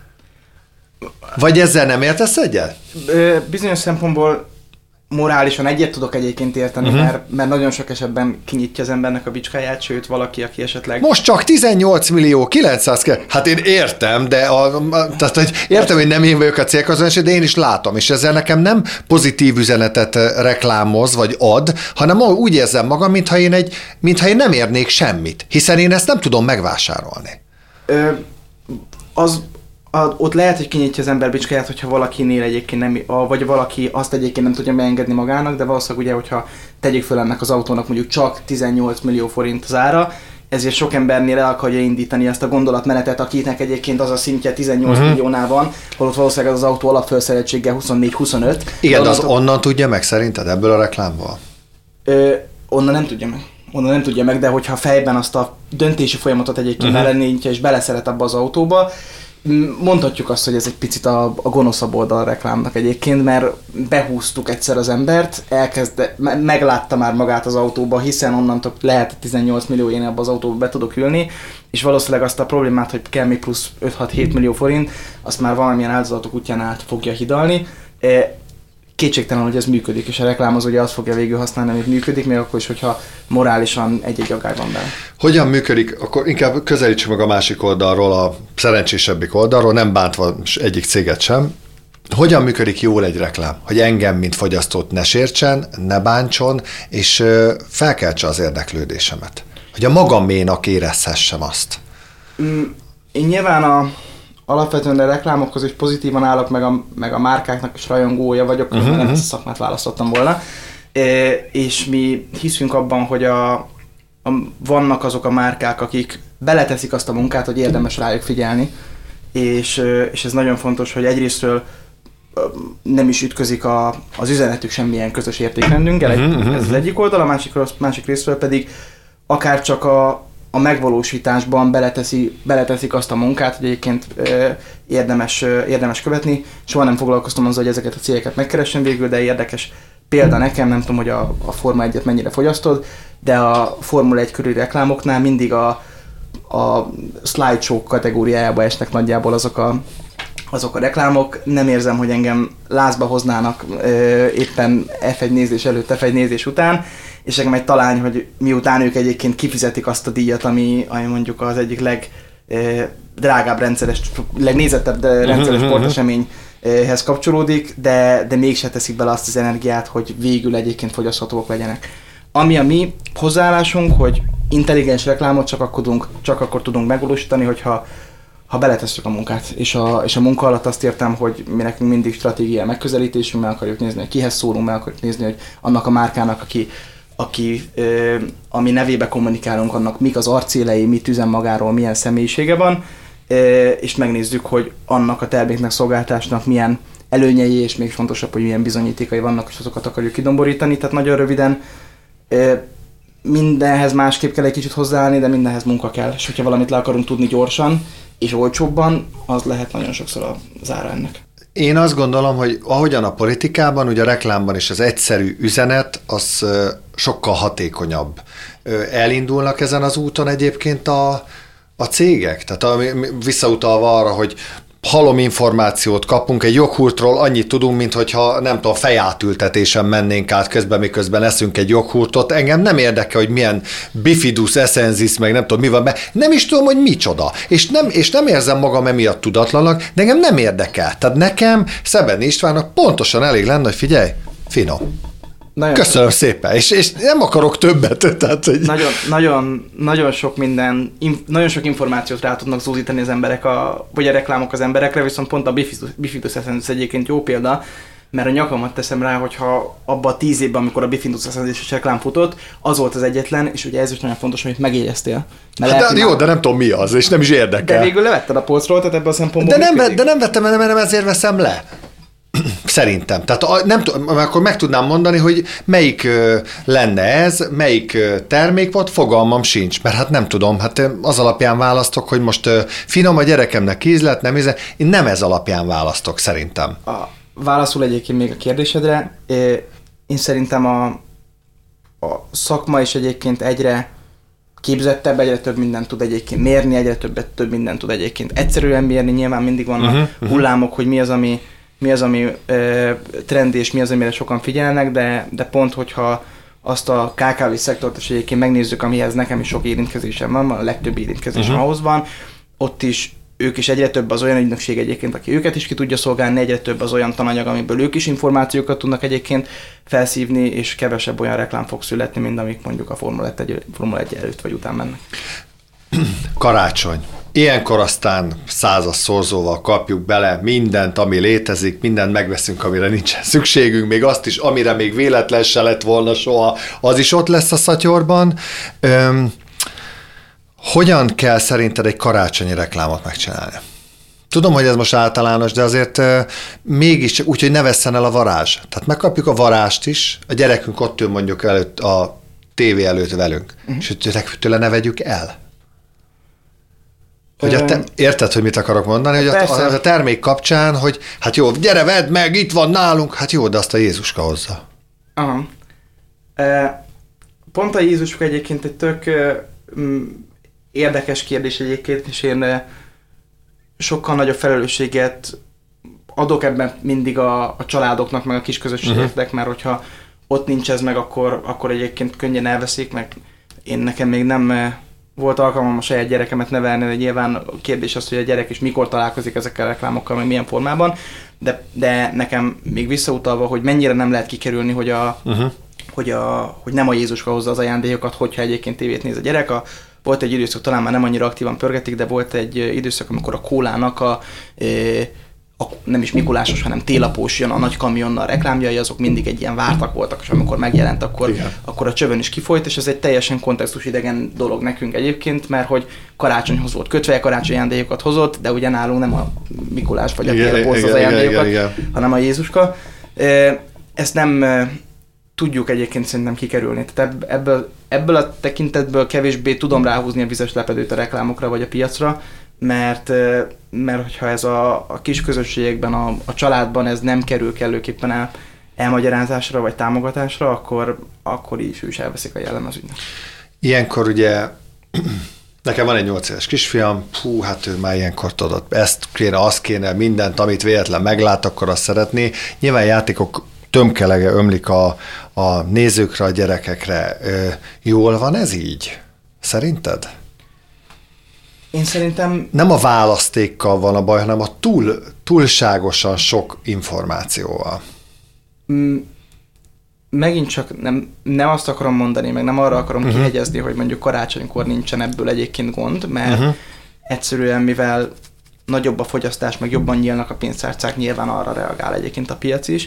Vagy ezzel nem értesz egyet? Bizonyos szempontból morálisan egyet tudok egyébként érteni, uh-huh. mert, mert nagyon sok esetben kinyitja az embernek a bicskáját, sőt valaki, aki esetleg... Most csak tizennyolc millió kilencszáz ke- Hát én értem, de a, a, tehát, hogy értem, hogy nem én vagyok a célközönség, de én is látom, és ezzel nekem nem pozitív üzenetet reklámoz, vagy ad, hanem úgy érzem magam, mintha én, egy, mintha én nem érnék semmit, hiszen én ezt nem tudom megvásárolni. Ö, az... A, ott lehet, hogy kinyitja az ember bicskáját, hogyha valakinél egyébként nem, a, vagy valaki azt egyébként nem tudja megengedni magának, de valószínűleg ugye, hogyha tegyük föl ennek az autónak mondjuk csak tizennyolc millió forint az ára, ezért sok embernél el akarja indítani azt a gondolatmenetet, akinek egyébként az a szintje tizennyolc uh-huh. milliónál van, holott valószínűleg az autó alapfelszereltsége huszonnégy huszonöt. Igen, de az onnan tudja meg szerinted ebből a reklámból? Ö, onnan nem tudja meg. Onnan nem tudja meg, de hogyha fejben azt a döntési folyamatot egyébként uh-huh. belenéntje és beleszeret abba az autóba, mondhatjuk azt, hogy ez egy picit a, a gonoszabb oldal reklámnak egyébként, mert behúztuk egyszer az embert, elkezd, me, meglátta már magát az autóba, hiszen onnantól lehet tizennyolc millió, én abba az autóba be tudok ülni, és valószínűleg azt a problémát, hogy kell még plusz öt-hat-hét millió forint, azt már valamilyen áldozatok útján át fogja hidalni. Kétségtelen, hogy ez működik, és a reklámozó ugye azt fogja végül használni, amit működik, még akkor is, hogyha morálisan egy-egy aggály van benne. Hogyan működik? Akkor inkább közelítsük meg a másik oldalról, a szerencsésebbik oldalról, nem bántva egyik céget sem. Hogyan működik jól egy reklám? Hogy engem, mint fogyasztót ne sértsen, ne bántson, és felkeltse az érdeklődésemet. Hogy a magaménak érezhessem azt. Én nyilván a alapvetően a reklámokhoz is pozitívan állok, meg a, meg a márkáknak is rajongója vagyok, uh-huh. mert ezt a szakmát választottam volna. E, és mi hiszünk abban, hogy a, a, vannak azok a márkák, akik beleteszik azt a munkát, hogy érdemes rájuk figyelni, és, és ez nagyon fontos, hogy egyrésztről nem is ütközik a, az üzenetük semmilyen közös értékrendünkkel, uh-huh. ez az egyik oldal, a másik, másik részről pedig akár csak a a megvalósításban beleteszi, beleteszik azt a munkát, hogy egyébként e, érdemes, e, érdemes követni. Soha nem foglalkoztam azzal, hogy ezeket a cégeket megkeressen végül, de érdekes példa nekem, nem tudom, hogy a, a Forma egyet mennyire fogyasztod, de a Formula egy körüli reklámoknál mindig a, a slideshow kategóriájába esnek nagyjából azok a, azok a reklámok. Nem érzem, hogy engem lázba hoznának e, éppen ef egy nézés előtt, ef egy nézés után, és nekem egy talány, hogy miután ők egyébként kifizetik azt a díjat, ami, ami mondjuk az egyik legdrágább rendszeres, legnézettebb rendszeres sporteseményhez kapcsolódik, de, de mégse teszik bele azt az energiát, hogy végül egyébként fogyaszthatóak legyenek. Ami a mi hozzáállásunk, hogy intelligens reklámot csak akkor tudunk, csak akkor tudunk megvalósítani, hogyha ha beletesszük a munkát. És a, és a munka alatt azt értem, hogy mi nekünk mindig stratégiai megközelítésünk, meg akarjuk nézni, hogy kihez szólunk, meg akarjuk nézni, hogy annak a márkának, aki, aki ö, ami nevébe kommunikálunk, annak mik az arcélei, mit üzen magáról, milyen személyisége van, ö, és megnézzük, hogy annak a terméknek, szolgáltásnak milyen előnyei, és még fontosabb, hogy milyen bizonyítékai vannak, és azokat akarjuk kidomborítani. Tehát nagyon röviden ö, mindenhez másképp kell egy kicsit hozzáállni, de mindenhez munka kell. És hogyha valamit le akarunk tudni gyorsan és olcsóbban, az lehet nagyon sokszor az ára ennek. Én azt gondolom, hogy ahogyan a politikában, ugye a reklámban is az egyszerű üzenet, az sokkal hatékonyabb. Elindulnak ezen az úton egyébként a, a cégek? Tehát a, visszautalva arra, hogy halom információt kapunk, egy joghurtról annyit tudunk, mint hogyha nem tudom, fejátültetésen mennénk át közben, miközben eszünk egy joghurtot. Engem nem érdekel, hogy milyen bifidus essensis, meg nem tudom, mi van be. Nem is tudom, hogy micsoda. És nem, és nem érzem magam emiatt tudatlanak, de engem nem érdekel. Tehát nekem, Szeben Istvánnak pontosan elég lenne, hogy figyelj, finom. Nagyon Köszönöm sok. szépen, és, és nem akarok többet. Tehát, hogy... nagyon, nagyon, nagyon sok minden, in, nagyon sok információt rá tudnak zúzítani az emberek, a, vagy a reklámok az emberekre, viszont pont a bifidus essensis egyébként jó példa, mert a nyakamat teszem rá, hogyha abban a tíz évben, amikor a bifidus essensis reklám futott, az volt az egyetlen, és ugye ez is nagyon fontos, hogy megégyeztél. Hát de, jó, de nem tudom mi az, és nem is érdekel. De végül levetted a polcról, tehát ebből a szempontból de nem, de nem vettem, mert nem ezért veszem le. Szerintem. Tehát nem tudom, akkor meg tudnám mondani, hogy melyik lenne ez, melyik termék volt, fogalmam sincs, mert hát nem tudom, hát az alapján választok, hogy most finom a gyerekemnek ízlet, nem ízlet, én nem ez alapján választok szerintem. A válaszul egyébként még a kérdésedre, én szerintem a, a szakma is egyébként egyre képzettebb, egyre több mindent tud egyébként mérni, egyre többet, több mindent tud egyébként egyszerűen mérni, nyilván mindig vannak uh-huh, hullámok, uh-huh. hogy mi az, ami mi az, ami ö, trend, és mi az, amire sokan figyelnek, de, de pont, hogyha azt a ká ká vé szektort is egyébként megnézzük, amihez nekem is sok érintkezésem van, a legtöbb érintkezésem uh-huh. ahhoz van, ott is ők is egyre több az olyan ügynökség egyébként, aki őket is ki tudja szolgálni, egyre több az olyan tananyag, amiből ők is információkat tudnak egyébként felszívni, és kevesebb olyan reklám fog születni, mint amik mondjuk a Formula egy előtt vagy után mennek. Karácsony. Ilyenkor aztán százas szorzóval kapjuk bele mindent, ami létezik, mindent megveszünk, amire nincsen szükségünk, még azt is, amire még véletlen se lett volna soha, az is ott lesz a szatyorban. Öm, hogyan kell szerinted egy karácsonyi reklámot megcsinálni? Tudom, hogy ez most általános, de azért euh, mégis úgy, hogy ne vesszen el a varázs. Tehát megkapjuk a varázst is, a gyerekünk ott ül mondjuk előtt a tévé előtt velünk, uh-huh. és tőle ne vegyük el. Hogy a te, érted, hogy mit akarok mondani? Hogy a, a termék kapcsán, hogy hát jó, gyere, vedd meg, itt van nálunk, hát jó, de azt a Jézuska hozza. Aha. Pont a Jézuska egyébként egy tök érdekes kérdés egyébként, és én sokkal nagyobb felelősséget adok ebben mindig a, a családoknak, meg a kisközösségeknek, uh-huh. mert hogyha ott nincs ez meg, akkor, akkor egyébként könnyen elveszik, meg én nekem még nem volt alkalmam a saját gyerekemet nevelni, de nyilván a kérdés az, hogy a gyerek is mikor találkozik ezekkel a reklámokkal, meg milyen formában, de, de nekem még visszautalva, hogy mennyire nem lehet kikerülni, hogy, a, uh-huh. hogy, a, hogy nem a Jézuska hozza az ajándékokat, hogyha egyébként tévét néz a gyerek. A, volt egy időszak, talán már nem annyira aktívan pörgetik, de volt egy időszak, amikor a kólának a, a nem is Mikulásos, hanem télapós jön a nagy kamionnal reklámjai, azok mindig egy ilyen vártak voltak, és amikor megjelent, akkor, akkor a csövön is kifolyt, és ez egy teljesen kontextusidegen dolog nekünk egyébként, mert hogy karácsonyhoz volt kötve, karácsonyi ajándékokat hozott, de ugye nálunk nem a Mikulás vagy a télapós az ajándékokat, igen, igen, hanem a Jézuska. Ezt nem tudjuk egyébként szerintem kikerülni. Tehát ebből, ebből a tekintetből kevésbé tudom ráhúzni a vizes lepedőt a reklámokra vagy a piacra, mert, mert hogyha ez a, a kis közösségekben, a, a családban ez nem kerül kellőképpen el, elmagyarázásra vagy támogatásra, akkor, akkor is ő is elveszik a jellemezőnek. Ilyenkor ugye nekem van egy nyolc éves kisfiam, hú, hát ő már ilyenkor tudott, ezt kéne, azt kéne, mindent, amit véletlen meglát, akkor azt szeretné. Nyilván játékok tömkelege ömlik a, a nézőkre, a gyerekekre. Jól van ez így? Szerinted? Én szerintem... Nem a választékkal van a baj, hanem a túl, túlságosan sok információval. megint csak nem, nem azt akarom mondani, meg nem arra akarom uh-huh. kihegyezni, hogy mondjuk karácsonykor nincsen ebből egyébként gond, mert uh-huh. egyszerűen mivel nagyobb a fogyasztás, meg jobban nyílnak a pénztárcák, nyilván arra reagál egyébként a piac is,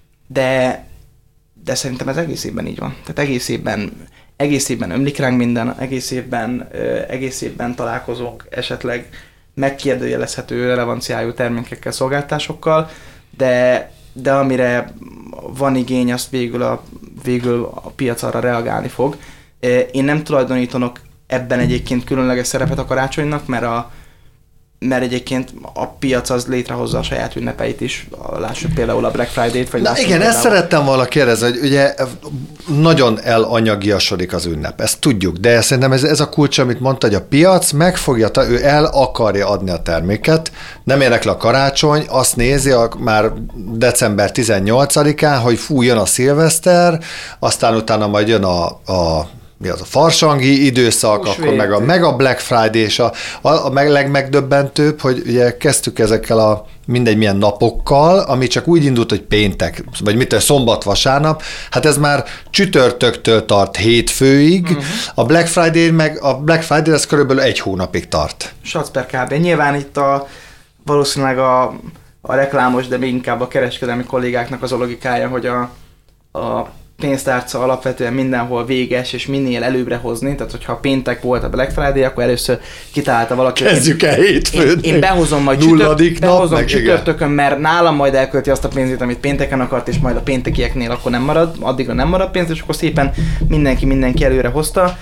de, de szerintem ez egész évben így van. Tehát egész évben, egész évben ömlik ránk minden, egész évben, egész évben találkozunk esetleg megkérdőjelezhető relevanciájú termékekkel, szolgáltásokkal, de, de amire van igény, azt végül a, végül a piac arra reagálni fog. Én nem tulajdonítanak ebben egyébként különleges szerepet a karácsonynak, mert a mert egyébként a piac az létrehozza a saját ünnepeit is. Lássuk például a Black Friday-t. Vagy Na igen, például... ezt szerettem volna kérdezni, hogy ugye nagyon elanyagiasodik az ünnep, ezt tudjuk, de szerintem ez, ez a kulcs, amit mondta, hogy a piac megfogja, ő el akarja adni a terméket, nem érdekli a karácsony, azt nézi a, már december tizennyolcadikán, hogy fú, jön a szilveszter, aztán utána majd jön a, a mi az a farsangi időszak, Húsvét. Akkor meg a, meg a Black Friday, és a, a, a legmegdöbbentőbb, hogy ugye kezdtük ezekkel a mindegy milyen napokkal, ami csak úgy indult, hogy péntek, vagy mit szombat, vasárnap, hát ez már csütörtöktől tart hétfőig, uh-huh. a Black Friday meg a Black Friday ez körülbelül egy hónapig tart. Sac per kb. Nyilván itt a valószínűleg a, a reklámos, de még inkább a kereskedelmi kollégáknak az a logikája, hogy a, a pénztárca alapvetően mindenhol véges, és minél előbbre hozni, tehát hogyha péntek volt a Black Friday, akkor először kitalálta valaki. Kezdjük el hétfőn. Én, én behozom majd csütört, behozom csütörtökön, mert nálam majd elkölti azt a pénzét, amit pénteken akart, és majd a péntekieknél akkor nem marad, addigra nem marad pénz, és akkor szépen mindenki mindenki előre hozta,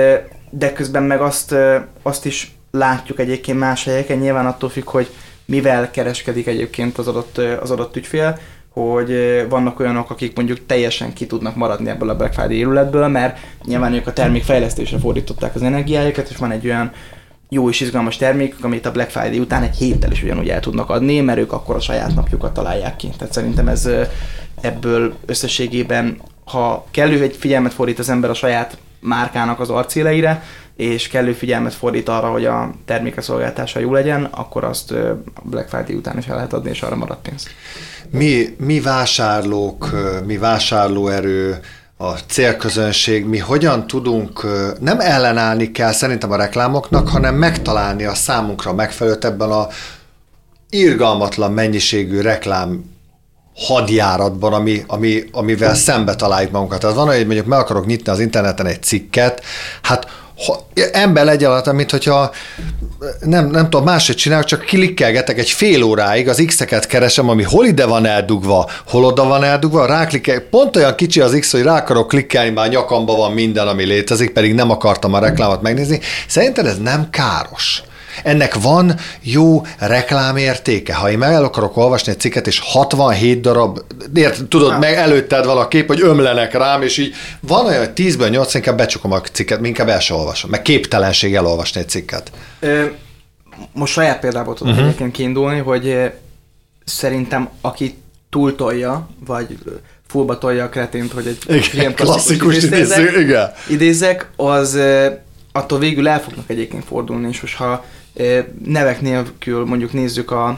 de közben meg azt, azt is látjuk egyébként más helyeken, nyilván attól függ, hogy mivel kereskedik egyébként az adott, az adott ügyfél, hogy vannak olyanok, akik mondjuk teljesen ki tudnak maradni ebből a Black Friday érületből, mert nyilván ők a termékfejlesztésre fordították az energiájukat, és van egy olyan jó és izgalmas termékük, amit a Black Friday után egy héttel is ugyanúgy el tudnak adni, mert ők akkor a saját napjukat találják ki. Tehát szerintem ez ebből összességében, ha kellő egy figyelmet fordít az ember a saját márkának az arcéleire, és kellő figyelmet fordít arra, hogy a terméke szolgáltása jó legyen, akkor azt Black Friday után is el lehet adni, és arra marad pénz. Mi, mi vásárlók, mi vásárlóerő, a célközönség, mi hogyan tudunk, nem ellenállni kell szerintem a reklámoknak, hanem megtalálni a számunkra megfelelőt ebben a irgalmatlan mennyiségű reklám hadjáratban, ami, ami, amivel szembe találjuk magunkat. Tehát van, hogy mondjuk meg akarok nyitni az interneten egy cikket, hát ha, ember legyen alatt, mint hogyha nem, nem tudom, máshogy csinálok, csak klikkelgetek egy fél óráig, az X-eket keresem, ami hol ide van eldugva, hol oda van eldugva, ráklikkel, pont olyan kicsi az X, hogy rá akarok klikkelni, már nyakamba van minden, ami létezik, pedig nem akartam a reklámot megnézni. Szerinted ez nem káros? Ennek van jó reklámértéke. Ha én meg el akarok olvasni egy cikket, és hatvanhét darab, ért, tudod, ha. meg előtted van a kép, hogy ömlenek rám, és így van olyan, hogy tízből nyolc, inkább becsukom a cikket, inkább el sem olvasom, meg képtelenség elolvasni egy cikket. Ö, most saját példából tudok uh-huh. egyébként kiindulni, hogy szerintem aki túltolja, vagy fullba tolja a kretént, hogy egy igen, ilyen klasszikus idézek, igen. idézek, az attól végül el fognak egyébként fordulni, és most ha nevek nélkül mondjuk nézzük a,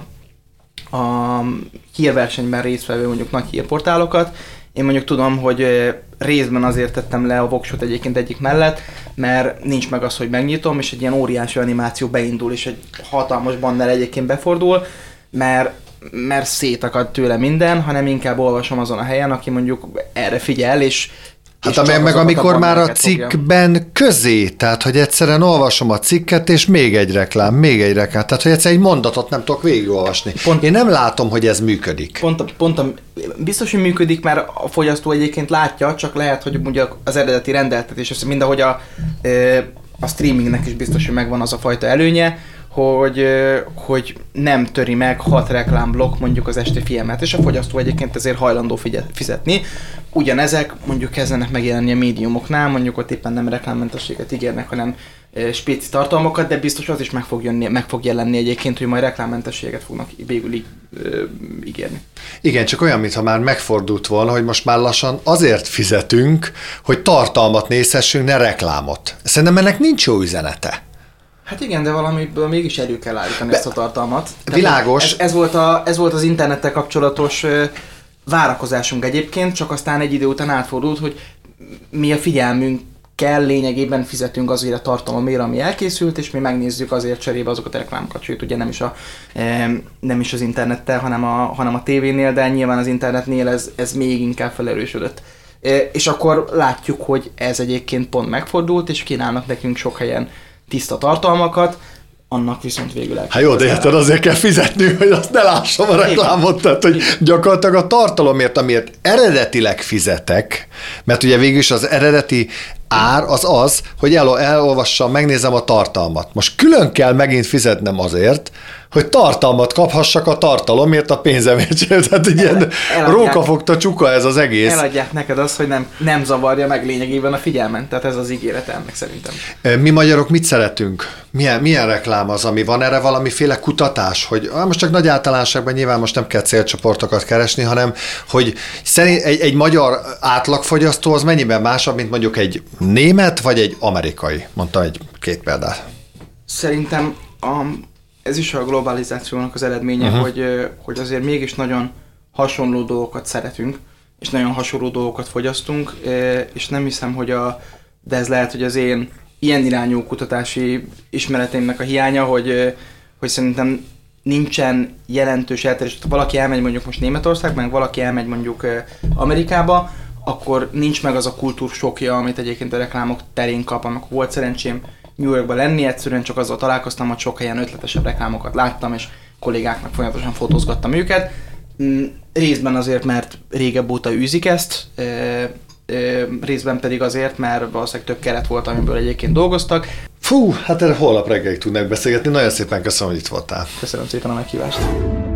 a hírversenyben résztvevő mondjuk nagy hírportálokat, én mondjuk tudom, hogy részben azért tettem le a voksot egyébként egyik mellett, mert nincs meg az, hogy megnyitom, és egy ilyen óriási animáció beindul, és egy hatalmas banner egyébként befordul, mert, mert szétakad tőle minden, hanem inkább olvasom azon a helyen, aki mondjuk erre figyel, és Hát a meg, meg amikor már a cikkben fogja. Közé, tehát hogy egyszerűen olvasom a cikket, és még egy reklám, még egy reklám, tehát hogy egyszerűen egy mondatot nem tudok végigolvasni. Pont, Én nem látom, hogy ez működik. Pont, pont biztos, hogy működik, mert a fogyasztó egyébként látja, csak lehet, hogy mondjuk az eredeti rendeltetés, mind ahogy a, a streamingnek is biztos, hogy megvan az a fajta előnye, hogy, hogy nem töri meg hat reklámblokk mondjuk az esti filmet, és a fogyasztó egyébként ezért hajlandó fizetni. Ugyanezek mondjuk kezdenek megjelenni a médiumoknál, mondjuk ott éppen nem reklámmentességet ígérnek, hanem spéci tartalmakat, de biztos az is meg fog, jönni, meg fog jelenni egyébként, hogy majd reklámmentességet fognak végül í- ígérni. Igen, csak olyan, mintha már megfordult volna, hogy most már lassan azért fizetünk, hogy tartalmat nézhessünk, ne reklámot. Szerintem ennek nincs jó üzenete. Hát igen, de valamiből mégis elő kell állítani Be, ezt a tartalmat. Világos. Ez, ez, volt a, ez volt az internettel kapcsolatos várakozásunk egyébként, csak aztán egy idő után átfordult, hogy mi a figyelmünk kell, lényegében fizetünk azért a tartalomért, ami elkészült, és mi megnézzük azért cserébe azokat a reklámokat, sőt ugye nem is, a, nem is az internettel, hanem a, hanem a tévénél, de nyilván az internetnél ez, ez még inkább felerősödött. És akkor látjuk, hogy ez egyébként pont megfordult, és kínálnak nekünk sok helyen tiszta tartalmakat, annak viszont végül el. Hát jó, de érted, azért kell fizetni, hogy azt ne lássam a reklámot, tehát hogy gyakorlatilag a tartalomért, amiért eredetileg fizetek, mert ugye végül is az eredeti ár az az, hogy el, elolvassam, megnézem a tartalmat. Most külön kell megint fizetnem azért, hogy tartalmat kaphassak a tartalomért, a pénzemért. Tehát egy ilyen rókafogta csuka ez az egész. Eladják neked azt, hogy nem, nem zavarja meg lényegében a figyelmen. Tehát ez az ígéret ennek szerintem. Mi magyarok mit szeretünk? Milyen, milyen reklám az, ami van? Erre valamiféle kutatás? Hogy most csak nagy általánosságban nyilván most nem kell célcsoportokat keresni, hanem hogy szerint egy, egy magyar átlagfogyasztó az mennyiben másabb, mint mondjuk egy német vagy egy amerikai? Mondtam egy két példát. Szerintem a ez is a globalizációnak az eredménye, uh-huh. hogy, hogy azért mégis nagyon hasonló dolgokat szeretünk, és nagyon hasonló dolgokat fogyasztunk, és nem hiszem, hogy a, de ez lehet, hogy az én ilyen irányú kutatási ismereteimnek a hiánya, hogy, hogy szerintem nincsen jelentős eltérés. Ha valaki elmegy mondjuk most Németországba, meg valaki elmegy mondjuk Amerikába, akkor nincs meg az a kultúrsokja, amit egyébként a reklámok terén kap. Amikor volt szerencsém New Yorkban lenni, egyszerűen csak azzal találkoztam, hogy sok helyen ötletesebb reklámokat láttam, és kollégáknak folyamatosan fotózgattam őket. Részben azért, mert régebb óta űzik ezt, részben pedig azért, mert valószínűleg több keret volt, amiből egyébként dolgoztak. Fú, hát erre holnap reggelig tudnak beszélgetni. Nagyon szépen köszönöm, hogy itt voltál. Köszönöm szépen a meghívást.